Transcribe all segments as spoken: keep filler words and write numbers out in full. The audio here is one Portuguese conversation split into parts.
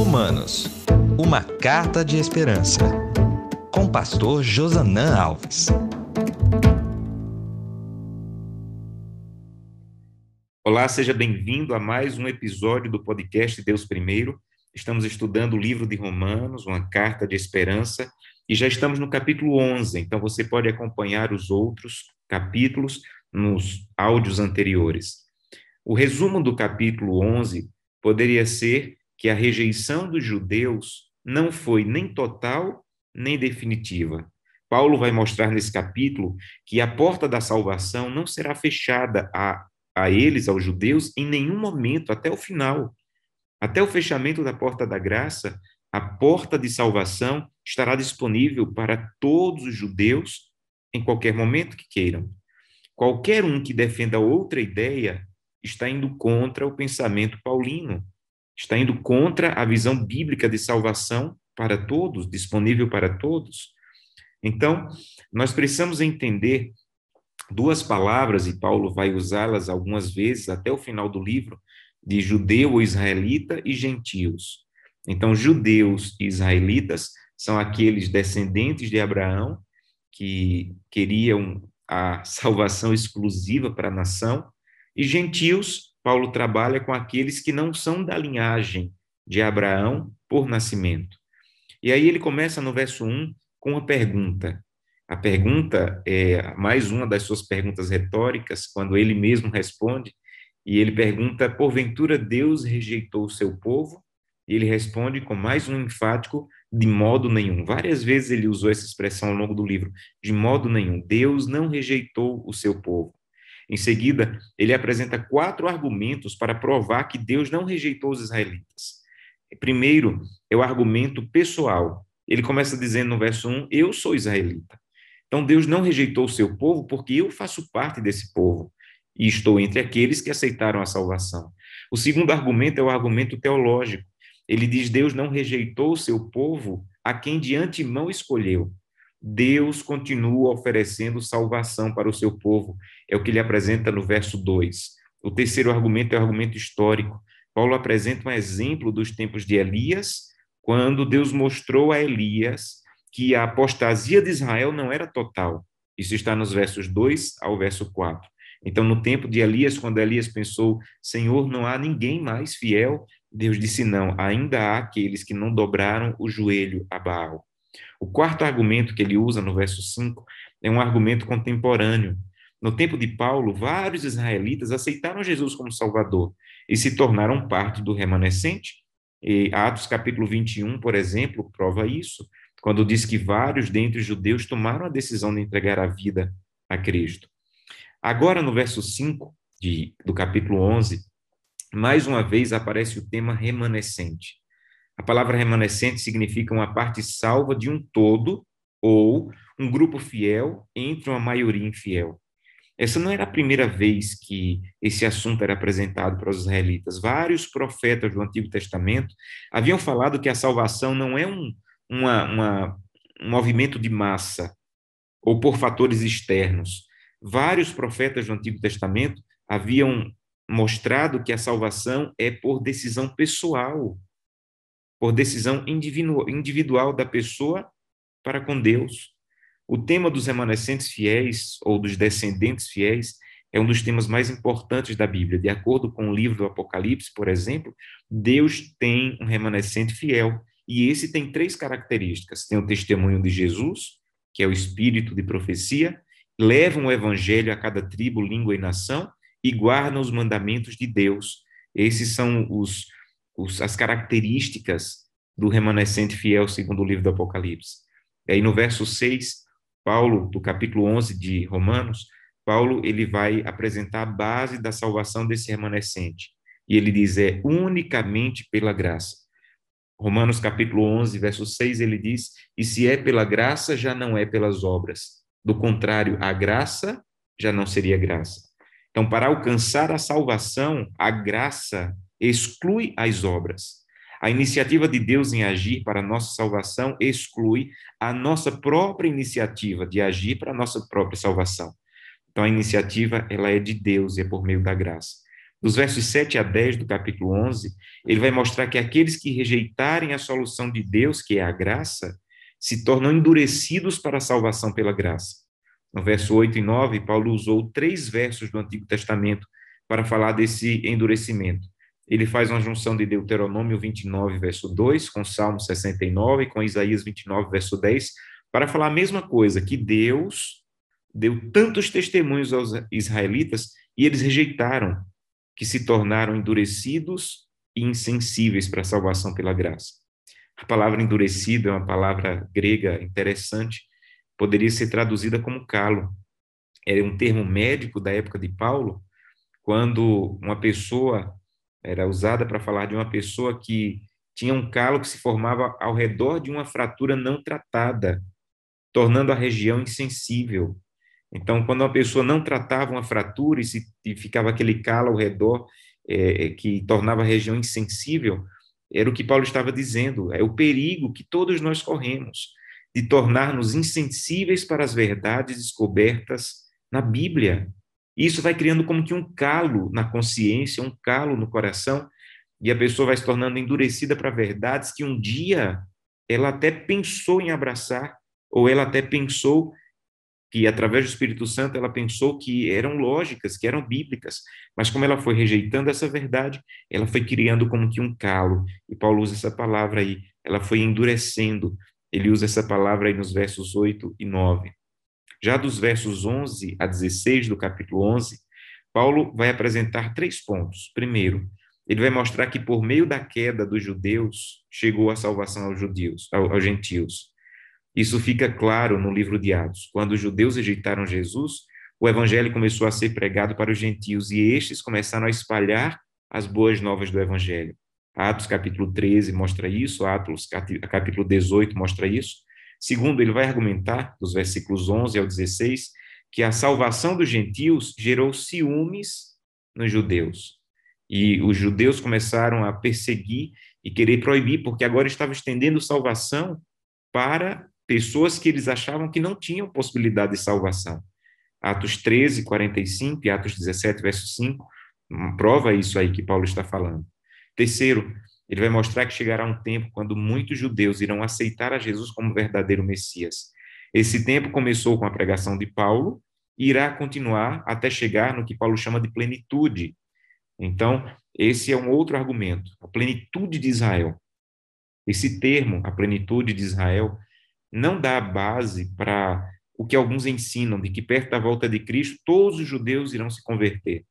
Romanos, uma carta de esperança, com o pastor Josanã Alves. Olá, seja bem-vindo a mais um episódio do podcast Deus Primeiro. Estamos estudando o livro de Romanos, uma carta de esperança, e já estamos no capítulo onze, então você pode acompanhar os outros capítulos nos áudios anteriores. O resumo do capítulo onze poderia ser que a rejeição dos judeus não foi nem total, nem definitiva. Paulo vai mostrar nesse capítulo que a porta da salvação não será fechada a, a eles, aos judeus, em nenhum momento, até o final. Até o fechamento da porta da graça, a porta de salvação estará disponível para todos os judeus em qualquer momento que queiram. Qualquer um que defenda outra ideia está indo contra o pensamento paulino, está indo contra a visão bíblica de salvação para todos, disponível para todos. Então, nós precisamos entender duas palavras, e Paulo vai usá-las algumas vezes até o final do livro, de judeu ou israelita e gentios. Então, judeus e israelitas são aqueles descendentes de Abraão que queriam a salvação exclusiva para a nação, e gentios, Paulo trabalha com aqueles que não são da linhagem de Abraão por nascimento. E aí ele começa no verso um com uma pergunta. A pergunta é mais uma das suas perguntas retóricas, quando ele mesmo responde, e ele pergunta, porventura Deus rejeitou o seu povo? E ele responde com mais um enfático, de modo nenhum. Várias vezes ele usou essa expressão ao longo do livro, de modo nenhum. Deus não rejeitou o seu povo. Em seguida, ele apresenta quatro argumentos para provar que Deus não rejeitou os israelitas. Primeiro, é o argumento pessoal. Ele começa dizendo no verso um, eu sou israelita. Então, Deus não rejeitou o seu povo porque eu faço parte desse povo e estou entre aqueles que aceitaram a salvação. O segundo argumento é o argumento teológico. Ele diz, Deus não rejeitou o seu povo a quem de antemão escolheu. Deus continua oferecendo salvação para o seu povo. É o que ele apresenta no verso dois. O terceiro argumento é o argumento histórico. Paulo apresenta um exemplo dos tempos de Elias, quando Deus mostrou a Elias que a apostasia de Israel não era total. Isso está nos versos dois ao verso quatro. Então, no tempo de Elias, quando Elias pensou, Senhor, não há ninguém mais fiel, Deus disse, não, ainda há aqueles que não dobraram o joelho a Baal. O quarto argumento que ele usa no verso cinco é um argumento contemporâneo. No tempo de Paulo, vários israelitas aceitaram Jesus como Salvador e se tornaram parte do remanescente. E Atos capítulo vinte e um, por exemplo, prova isso, quando diz que vários dentre os judeus tomaram a decisão de entregar a vida a Cristo. Agora, no verso cinco de, do capítulo onze, mais uma vez aparece o tema remanescente. A palavra remanescente significa uma parte salva de um todo ou um grupo fiel entre uma maioria infiel. Essa não era a primeira vez que esse assunto era apresentado para os israelitas. Vários profetas do Antigo Testamento haviam falado que a salvação não é um, uma, uma, um movimento de massa ou por fatores externos. Vários profetas do Antigo Testamento haviam mostrado que a salvação é por decisão pessoal, por decisão individual da pessoa para com Deus. O tema dos remanescentes fiéis, ou dos descendentes fiéis, é um dos temas mais importantes da Bíblia. De acordo com o livro do Apocalipse, por exemplo, Deus tem um remanescente fiel, e esse tem três características. Tem o testemunho de Jesus, que é o espírito de profecia, levam o evangelho a cada tribo, língua e nação, e guardam os mandamentos de Deus. Esses são os Os, as características do remanescente fiel, segundo o livro do Apocalipse. E aí no verso seis, Paulo, do capítulo onze de Romanos, Paulo ele vai apresentar a base da salvação desse remanescente. E ele diz, é unicamente pela graça. Romanos capítulo onze, verso seis, ele diz, e se é pela graça, já não é pelas obras. Do contrário, a graça já não seria graça. Então, para alcançar a salvação, a graça exclui as obras. A iniciativa de Deus em agir para a nossa salvação exclui a nossa própria iniciativa de agir para a nossa própria salvação. Então, a iniciativa ela é de Deus e é por meio da graça. Dos versos sete a dez do capítulo onze, ele vai mostrar que aqueles que rejeitarem a solução de Deus, que é a graça, se tornam endurecidos para a salvação pela graça. No verso oito e nove, Paulo usou três versos do Antigo Testamento para falar desse endurecimento. Ele faz uma junção de Deuteronômio vinte e nove, verso dois, com Salmo sessenta e nove, com Isaías vinte e nove, verso dez, para falar a mesma coisa, que Deus deu tantos testemunhos aos israelitas e eles rejeitaram, que se tornaram endurecidos e insensíveis para a salvação pela graça. A palavra endurecido é uma palavra grega interessante, poderia ser traduzida como calo. Era um termo médico da época de Paulo, quando uma pessoa era usada para falar de uma pessoa que tinha um calo que se formava ao redor de uma fratura não tratada, tornando a região insensível. Então, quando uma pessoa não tratava uma fratura e, se, e ficava aquele calo ao redor, é, que tornava a região insensível, era o que Paulo estava dizendo, é o perigo que todos nós corremos, de tornar-nos insensíveis para as verdades descobertas na Bíblia. Isso vai criando como que um calo na consciência, um calo no coração, e a pessoa vai se tornando endurecida para verdades que um dia ela até pensou em abraçar, ou ela até pensou que, através do Espírito Santo, ela pensou que eram lógicas, que eram bíblicas, mas como ela foi rejeitando essa verdade, ela foi criando como que um calo, e Paulo usa essa palavra aí, ela foi endurecendo, ele usa essa palavra aí nos versos oito e nove. Já dos versos onze a dezesseis do capítulo onze, Paulo vai apresentar três pontos. Primeiro, ele vai mostrar que por meio da queda dos judeus, chegou a salvação aos judeus, aos gentios. Isso fica claro no livro de Atos. Quando os judeus rejeitaram Jesus, o evangelho começou a ser pregado para os gentios e estes começaram a espalhar as boas novas do evangelho. Atos capítulo treze mostra isso, Atos capítulo dezoito mostra isso. Segundo, ele vai argumentar, dos versículos onze ao dezesseis, que a salvação dos gentios gerou ciúmes nos judeus. E os judeus começaram a perseguir e querer proibir, porque agora estava estendendo salvação para pessoas que eles achavam que não tinham possibilidade de salvação. Atos treze, quarenta e cinco e Atos dezessete, verso cinco, prova isso aí que Paulo está falando. Terceiro, ele vai mostrar que chegará um tempo quando muitos judeus irão aceitar a Jesus como verdadeiro Messias. Esse tempo começou com a pregação de Paulo e irá continuar até chegar no que Paulo chama de plenitude. Então, esse é um outro argumento, a plenitude de Israel. Esse termo, a plenitude de Israel, não dá base para o que alguns ensinam, de que perto da volta de Cristo, todos os judeus irão se converter.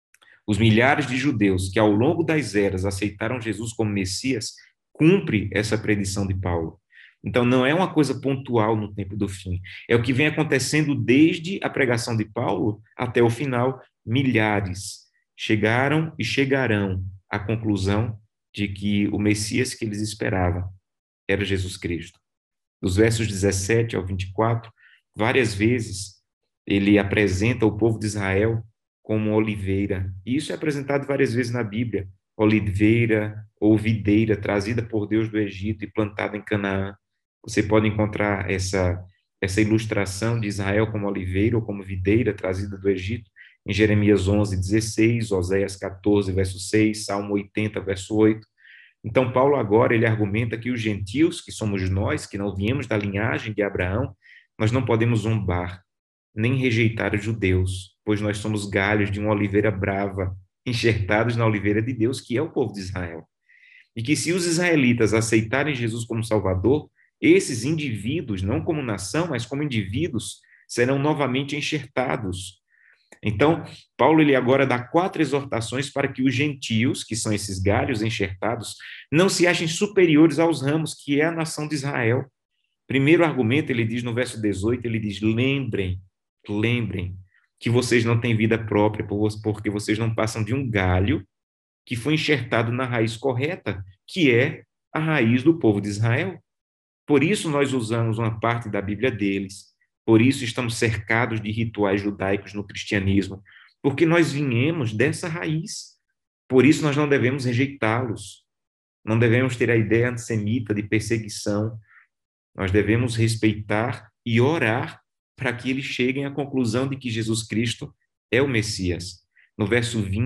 Os milhares de judeus que ao longo das eras aceitaram Jesus como Messias, cumpre essa predição de Paulo. Então, não é uma coisa pontual no tempo do fim. É o que vem acontecendo desde a pregação de Paulo até o final. Milhares chegaram e chegarão à conclusão de que o Messias que eles esperavam era Jesus Cristo. Dos versos dezessete ao vinte e quatro, várias vezes ele apresenta o povo de Israel como oliveira. E isso é apresentado várias vezes na Bíblia. Oliveira ou videira trazida por Deus do Egito e plantada em Canaã. Você pode encontrar essa, essa ilustração de Israel como oliveira ou como videira trazida do Egito em Jeremias onze, dezesseis, Oséias catorze, verso seis, Salmo oitenta, verso oito. Então, Paulo agora, ele argumenta que os gentios, que somos nós, que não viemos da linhagem de Abraão, nós não podemos zombar, nem rejeitar os judeus, pois nós somos galhos de uma oliveira brava, enxertados na oliveira de Deus, que é o povo de Israel. E que se os israelitas aceitarem Jesus como Salvador, esses indivíduos, não como nação, mas como indivíduos, serão novamente enxertados. Então, Paulo ele agora dá quatro exortações para que os gentios, que são esses galhos enxertados, não se achem superiores aos ramos, que é a nação de Israel. Primeiro argumento, ele diz no verso dezoito, ele diz, lembrem, lembrem que vocês não têm vida própria, porque vocês não passam de um galho que foi enxertado na raiz correta, que é a raiz do povo de Israel. Por isso nós usamos uma parte da Bíblia deles, por isso estamos cercados de rituais judaicos no cristianismo, porque nós viemos dessa raiz. Por isso nós não devemos rejeitá-los, não devemos ter a ideia antissemita de perseguição, nós devemos respeitar e orar para que eles cheguem à conclusão de que Jesus Cristo é o Messias. No verso vinte,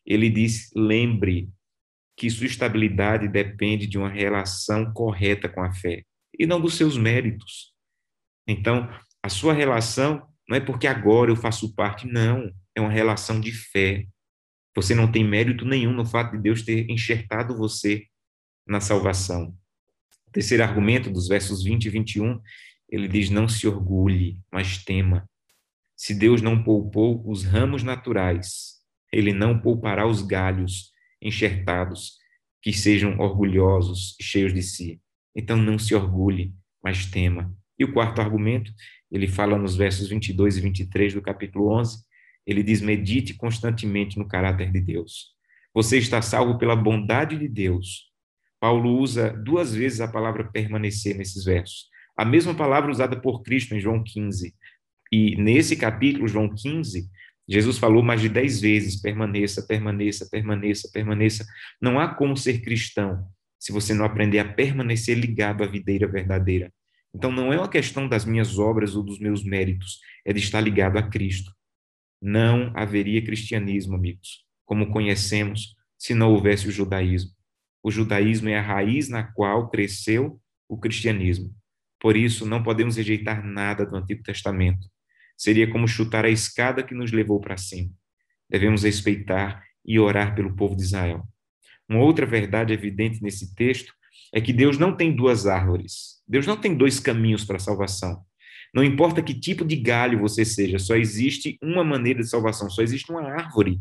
Ele diz: lembre que sua estabilidade depende de uma relação correta com a fé e não dos seus méritos. Então, a sua relação não é porque agora eu faço parte, não. É uma relação de fé. Você não tem mérito nenhum no fato de Deus ter enxertado você na salvação. O terceiro argumento, dos versos vinte e vinte e um, ele diz: não se orgulhe, mas tema. Se Deus não poupou os ramos naturais, ele não poupará os galhos enxertados, que sejam orgulhosos e cheios de si. Então não se orgulhe, mas tema. E o quarto argumento, ele fala nos versos vinte e dois e vinte e três do capítulo onze, ele diz: medite constantemente no caráter de Deus. Você está salvo pela bondade de Deus. Paulo usa duas vezes a palavra permanecer nesses versos. A mesma palavra usada por Cristo em João quinze. E nesse capítulo, João quinze, Jesus falou mais de dez vezes: permaneça, permaneça, permaneça, permaneça. Não há como ser cristão se você não aprender a permanecer ligado à videira verdadeira. Então, não é uma questão das minhas obras ou dos meus méritos, é de estar ligado a Cristo. Não haveria cristianismo, amigos, como conhecemos, se não houvesse o judaísmo. O judaísmo é a raiz na qual cresceu o cristianismo. Por isso, não podemos rejeitar nada do Antigo Testamento. Seria como chutar a escada que nos levou para cima. Devemos respeitar e orar pelo povo de Israel. Uma outra verdade evidente nesse texto é que Deus não tem duas árvores. Deus não tem dois caminhos para a salvação. Não importa que tipo de galho você seja, só existe uma maneira de salvação, só existe uma árvore.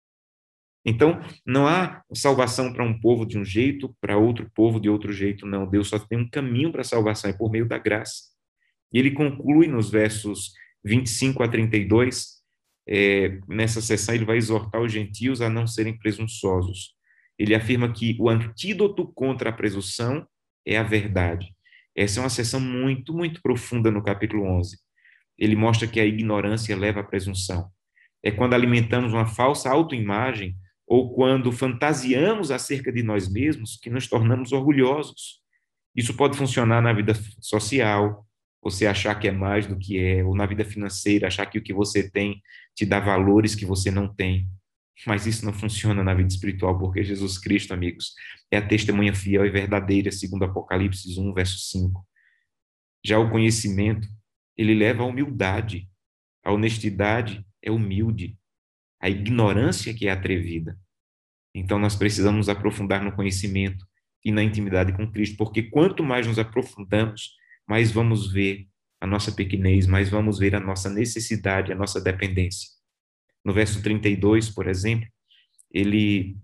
Então, não há salvação para um povo de um jeito, para outro povo de outro jeito, não. Deus só tem um caminho para a salvação, é por meio da graça. E ele conclui nos versos vinte e cinco a trinta e dois, é, nessa seção ele vai exortar os gentios a não serem presunçosos. Ele afirma que o antídoto contra a presunção é a verdade. Essa é uma seção muito, muito profunda no capítulo onze. Ele mostra que a ignorância leva à presunção. É quando alimentamos uma falsa autoimagem ou quando fantasiamos acerca de nós mesmos que nos tornamos orgulhosos. Isso pode funcionar na vida social, você achar que é mais do que é, ou na vida financeira, achar que o que você tem te dá valores que você não tem. Mas isso não funciona na vida espiritual, porque Jesus Cristo, amigos, é a testemunha fiel e verdadeira, segundo Apocalipse um, verso cinco. Já o conhecimento, ele leva à humildade. A honestidade é humilde. A ignorância que é atrevida. Então, nós precisamos nos aprofundar no conhecimento e na intimidade com Cristo, porque quanto mais nos aprofundamos, mais vamos ver a nossa pequenez, mais vamos ver a nossa necessidade, a nossa dependência. No verso trinta e dois, por exemplo, ele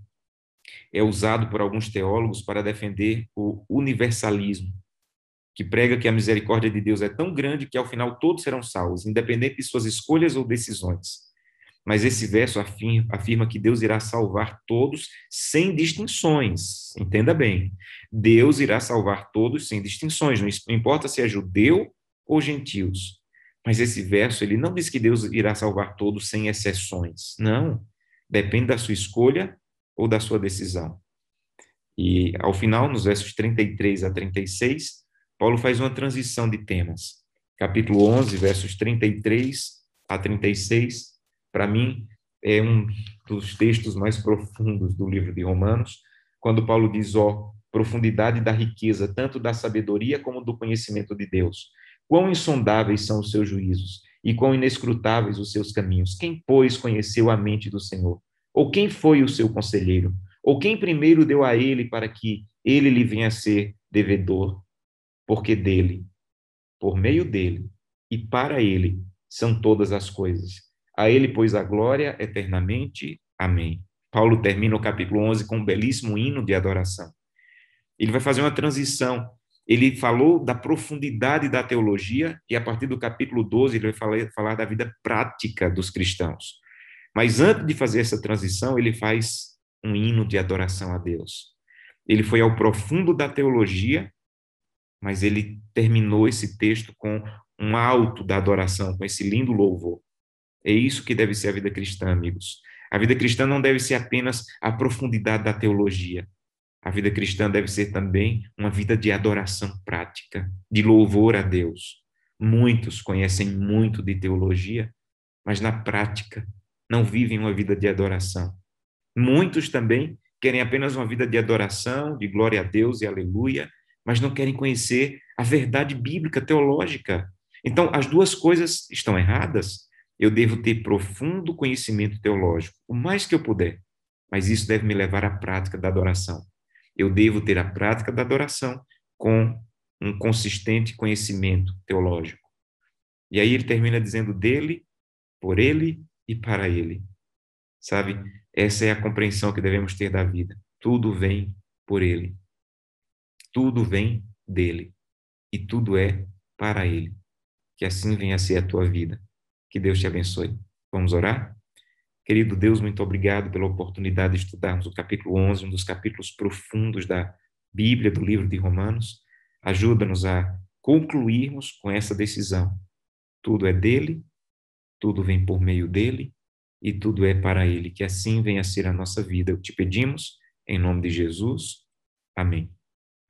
é usado por alguns teólogos para defender o universalismo, que prega que a misericórdia de Deus é tão grande que ao final todos serão salvos, independente de suas escolhas ou decisões. Mas esse verso afirma, afirma que Deus irá salvar todos sem distinções. Entenda bem. Deus irá salvar todos sem distinções. Não importa se é judeu ou gentios. Mas esse verso, ele não diz que Deus irá salvar todos sem exceções. Não. Depende da sua escolha ou da sua decisão. E, ao final, nos versos trinta e três a trinta e seis, Paulo faz uma transição de temas. Capítulo onze, versos trinta e três a trinta e seis, para mim, é um dos textos mais profundos do livro de Romanos, quando Paulo diz: ó, profundidade da riqueza, tanto da sabedoria como do conhecimento de Deus. Quão insondáveis são os seus juízos e quão inescrutáveis os seus caminhos. Quem, pois, conheceu a mente do Senhor? Ou quem foi o seu conselheiro? Ou quem primeiro deu a ele para que ele lhe venha a ser devedor? Porque dele, por meio dele e para ele são todas as coisas. A ele, pois, a glória eternamente. Amém. Paulo termina o capítulo onze com um belíssimo hino de adoração. Ele vai fazer uma transição. Ele falou da profundidade da teologia e, a partir do capítulo doze, ele vai falar, falar da vida prática dos cristãos. Mas antes de fazer essa transição, ele faz um hino de adoração a Deus. Ele foi ao profundo da teologia, mas ele terminou esse texto com um alto da adoração, com esse lindo louvor. É isso que deve ser a vida cristã, amigos. A vida cristã não deve ser apenas a profundidade da teologia. A vida cristã deve ser também uma vida de adoração prática, de louvor a Deus. Muitos conhecem muito de teologia, mas na prática não vivem uma vida de adoração. Muitos também querem apenas uma vida de adoração, de glória a Deus e aleluia, mas não querem conhecer a verdade bíblica, teológica. Então, as duas coisas estão erradas. Eu devo ter profundo conhecimento teológico, o mais que eu puder, mas isso deve me levar à prática da adoração. Eu devo ter a prática da adoração com um consistente conhecimento teológico. E aí ele termina dizendo dele, por ele e para ele. Sabe? Essa é a compreensão que devemos ter da vida. Tudo vem por ele. Tudo vem dele. E tudo é para ele. Que assim venha a ser a tua vida. Que Deus te abençoe. Vamos orar? Querido Deus, muito obrigado pela oportunidade de estudarmos o capítulo onze, um dos capítulos profundos da Bíblia, do livro de Romanos. Ajuda-nos a concluirmos com essa decisão. Tudo é dele, tudo vem por meio dele e tudo é para ele. Que assim venha a ser a nossa vida. O te pedimos, em nome de Jesus. Amém.